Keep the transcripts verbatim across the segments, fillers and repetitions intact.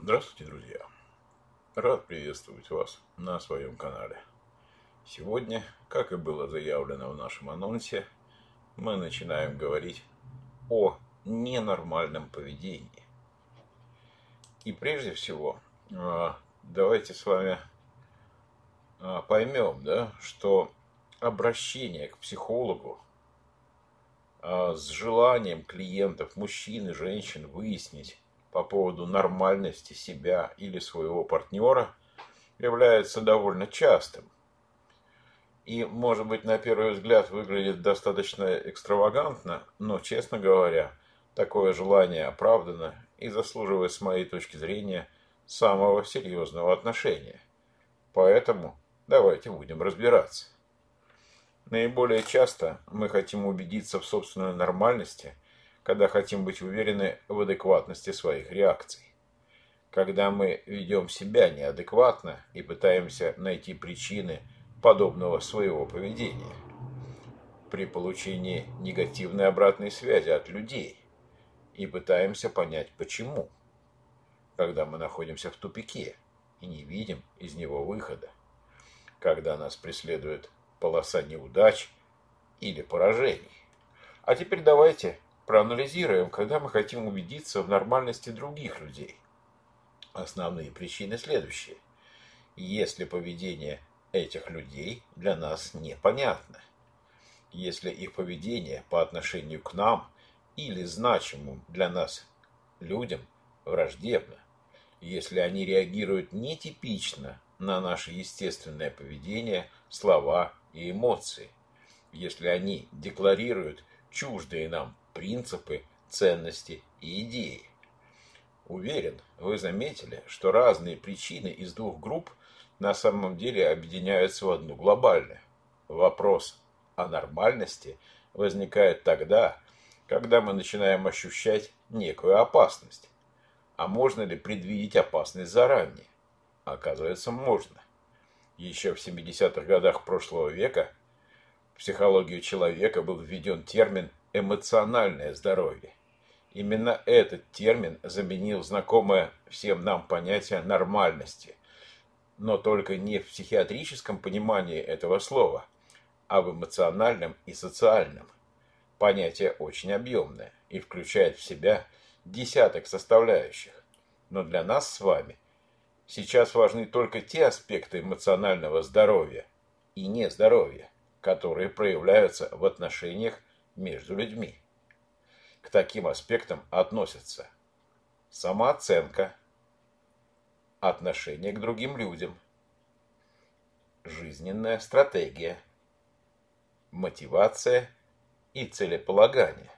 Здравствуйте, друзья! Рад приветствовать вас на своем канале. Сегодня, как и было заявлено в нашем анонсе, мы начинаем говорить о ненормальном поведении. И прежде всего, давайте с вами поймем, да, что обращение к психологу с желанием клиентов, мужчин и женщин, выяснить по поводу нормальности себя или своего партнера является довольно частым. И, может быть, на первый взгляд выглядит достаточно экстравагантно, но, честно говоря, такое желание оправдано и заслуживает, с моей точки зрения, самого серьезного отношения. Поэтому давайте будем разбираться. Наиболее часто мы хотим убедиться в собственной нормальности, когда хотим быть уверены в адекватности своих реакций. Когда мы ведем себя неадекватно и пытаемся найти причины подобного своего поведения. При получении негативной обратной связи от людей и пытаемся понять, почему. Когда мы находимся в тупике и не видим из него выхода. Когда нас преследует полоса неудач или поражений. А теперь давайте проанализируем, когда мы хотим убедиться в нормальности других людей. Основные причины следующие. Если поведение этих людей для нас непонятно. Если их поведение по отношению к нам или значимым для нас людям враждебно. Если они реагируют нетипично на наше естественное поведение, слова и эмоции. Если они декларируют чуждые нам принципы, ценности и идеи. Уверен, вы заметили, что разные причины из двух групп на самом деле объединяются в одну глобальную. Вопрос о нормальности возникает тогда, когда мы начинаем ощущать некую опасность. А можно ли предвидеть опасность заранее? Оказывается, можно. Еще в семидесятых годах прошлого века в психологию человека был введен термин «эмоциональное здоровье». Именно этот термин заменил знакомое всем нам понятие нормальности, но только не в психиатрическом понимании этого слова, а в эмоциональном и социальном. Понятие очень объемное и включает в себя десяток составляющих. Но для нас с вами сейчас важны только те аспекты эмоционального здоровья и нездоровья, которые проявляются в отношениях между людьми. К таким аспектам относятся самооценка, отношение к другим людям, жизненная стратегия, мотивация и целеполагание.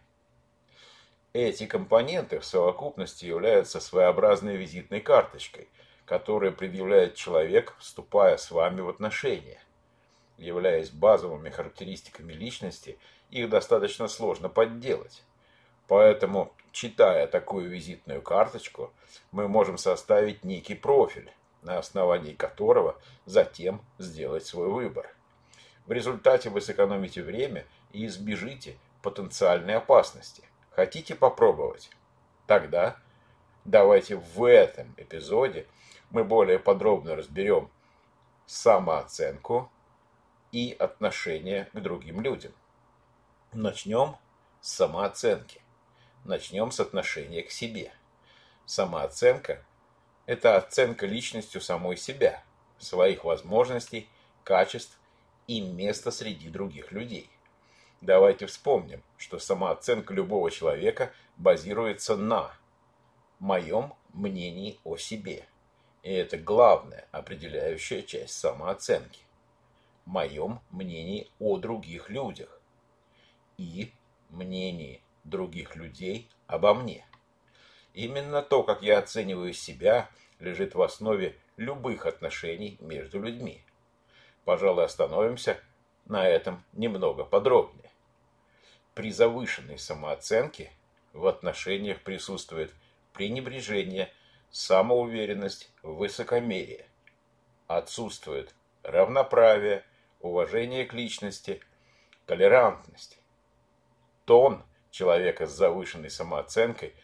Эти компоненты в совокупности являются своеобразной визитной карточкой, которую предъявляет человек, вступая с вами в отношения. Являясь базовыми характеристиками личности, их достаточно сложно подделать. Поэтому, читая такую визитную карточку, мы можем составить некий профиль, на основании которого затем сделать свой выбор. В результате вы сэкономите время и избежите потенциальной опасности. Хотите попробовать? Тогда давайте в этом эпизоде мы более подробно разберем самооценку и отношение к другим людям. Начнем с самооценки. Начнем с отношения к себе. Самооценка – это оценка личностью самой себя, своих возможностей, качеств и места среди других людей. Давайте вспомним, что самооценка любого человека базируется на моем мнении о себе. И это главная определяющая часть самооценки. Моем мнении о других людях и мнении других людей обо мне. Именно то, как я оцениваю себя, лежит в основе любых отношений между людьми. Пожалуй, остановимся на этом немного подробнее. При завышенной самооценке в отношениях присутствует пренебрежение, самоуверенность, высокомерие. Отсутствует равноправие, уважение к личности, толерантность. Тон человека с завышенной самооценкой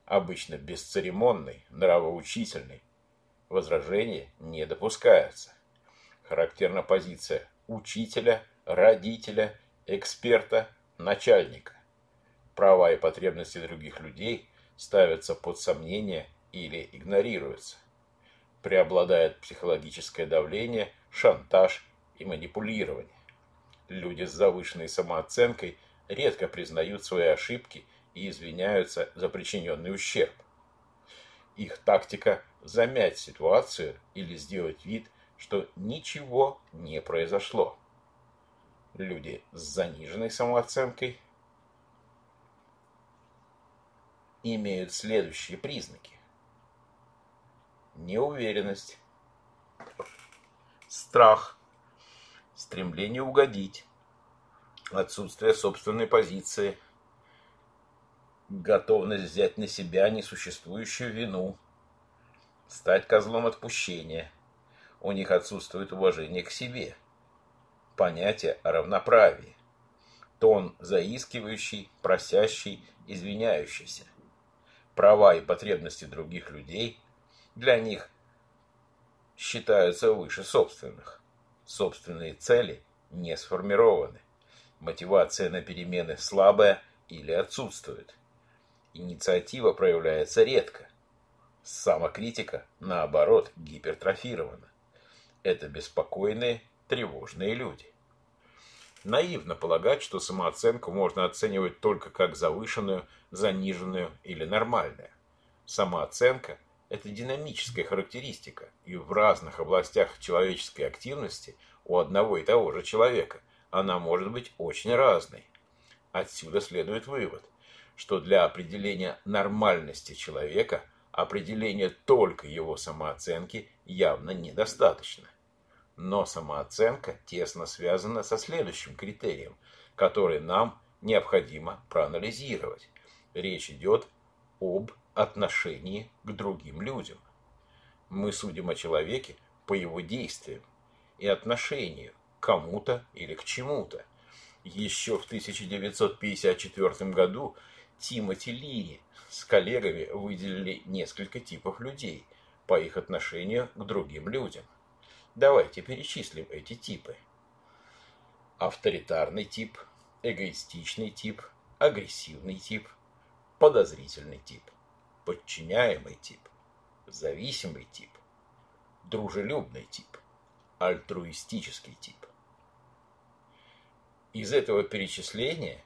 обычно бесцеремонный, нравоучительный. Возражения не допускаются. Характерна позиция учителя, родителя, эксперта, начальника. Права и потребности других людей ставятся под сомнение или игнорируются. Преобладает психологическое давление, шантаж и манипулирование. Люди с завышенной самооценкой редко признают свои ошибки и извиняются за причиненный ущерб. Их тактика – замять ситуацию или сделать вид, что ничего не произошло. Люди с заниженной самооценкой имеют следующие признаки: неуверенность, страх, стремление угодить, отсутствие собственной позиции, готовность взять на себя несуществующую вину, стать козлом отпущения. У них отсутствует уважение к себе, понятие о равноправии, тон заискивающий, просящий, извиняющийся. Права и потребности других людей для них считаются выше собственных. Собственные цели не сформированы. Мотивация на перемены слабая или отсутствует. Инициатива проявляется редко. Самокритика, наоборот, гипертрофирована. Это беспокойные, тревожные люди. Наивно полагать, что самооценку можно оценивать только как завышенную, заниженную или нормальную. Самооценка – это динамическая характеристика, и в разных областях человеческой активности у одного и того же человека она может быть очень разной. Отсюда следует вывод, что для определения нормальности человека определение только его самооценки явно недостаточно. Но самооценка тесно связана со следующим критерием, который нам необходимо проанализировать. Речь идет об отношении к другим людям. Мы судим о человеке по его действиям и отношению к кому-то или к чему-то. Еще в тысяча девятьсот пятьдесят четвёртом году Тимоти Лири с коллегами выделили несколько типов людей по их отношению к другим людям. Давайте перечислим эти типы. Авторитарный тип, эгоистичный тип, агрессивный тип, подозрительный тип, подчиняемый тип, зависимый тип, дружелюбный тип, альтруистический тип. Из этого перечисления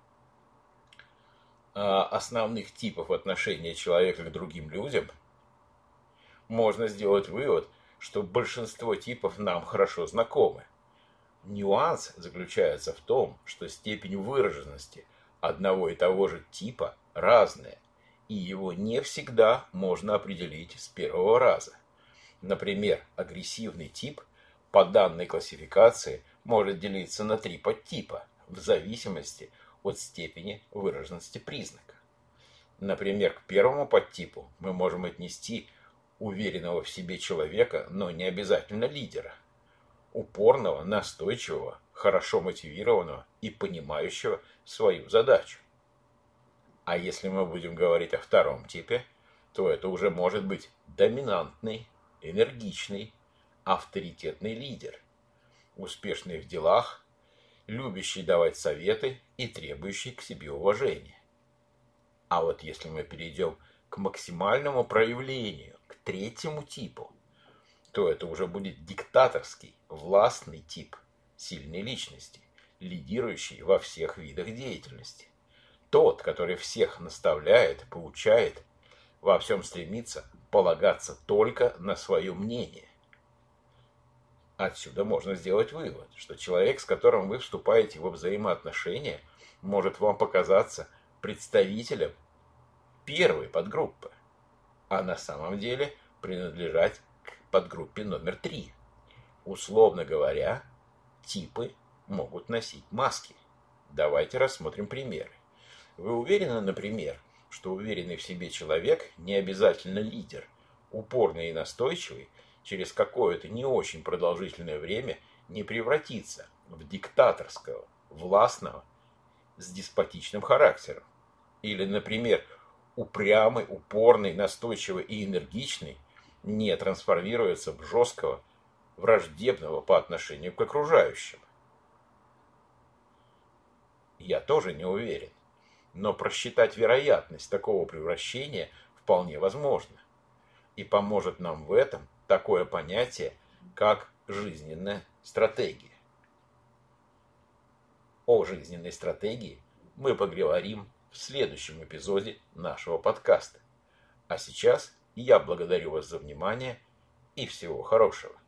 основных типов отношения человека к другим людям можно сделать вывод, что большинство типов нам хорошо знакомы. Нюанс заключается в том, что степень выраженности одного и того же типа разная, и его не всегда можно определить с первого раза. Например, агрессивный тип по данной классификации может делиться на три подтипа в зависимости от степени выраженности признака. Например, к первому подтипу мы можем отнести уверенного в себе человека, но не обязательно лидера, упорного, настойчивого, хорошо мотивированного и понимающего свою задачу. А если мы будем говорить о втором типе, то это уже может быть доминантный, энергичный, авторитетный лидер, успешный в делах, любящий давать советы и требующий к себе уважения. А вот если мы перейдем к максимальному проявлению, к третьему типу, то это уже будет диктаторский, властный тип сильной личности, лидирующий во всех видах деятельности. Тот, который всех наставляет, поучает, во всем стремится полагаться только на свое мнение. Отсюда можно сделать вывод, что человек, с которым вы вступаете во взаимоотношения, может вам показаться представителем первой подгруппы, а на самом деле принадлежать к подгруппе номер три. Условно говоря, типы могут носить маски. Давайте рассмотрим примеры. Вы уверены, например, что уверенный в себе человек не обязательно лидер, упорный и настойчивый, через какое-то не очень продолжительное время не превратится в диктаторского, властного, с деспотичным характером. Или, например, упрямый, упорный, настойчивый и энергичный не трансформируется в жесткого, враждебного по отношению к окружающим? Я тоже не уверен, но просчитать вероятность такого превращения вполне возможно. И поможет нам в этом такое понятие, как жизненная стратегия. О жизненной стратегии мы поговорим в следующем эпизоде нашего подкаста. А сейчас я благодарю вас за внимание и всего хорошего.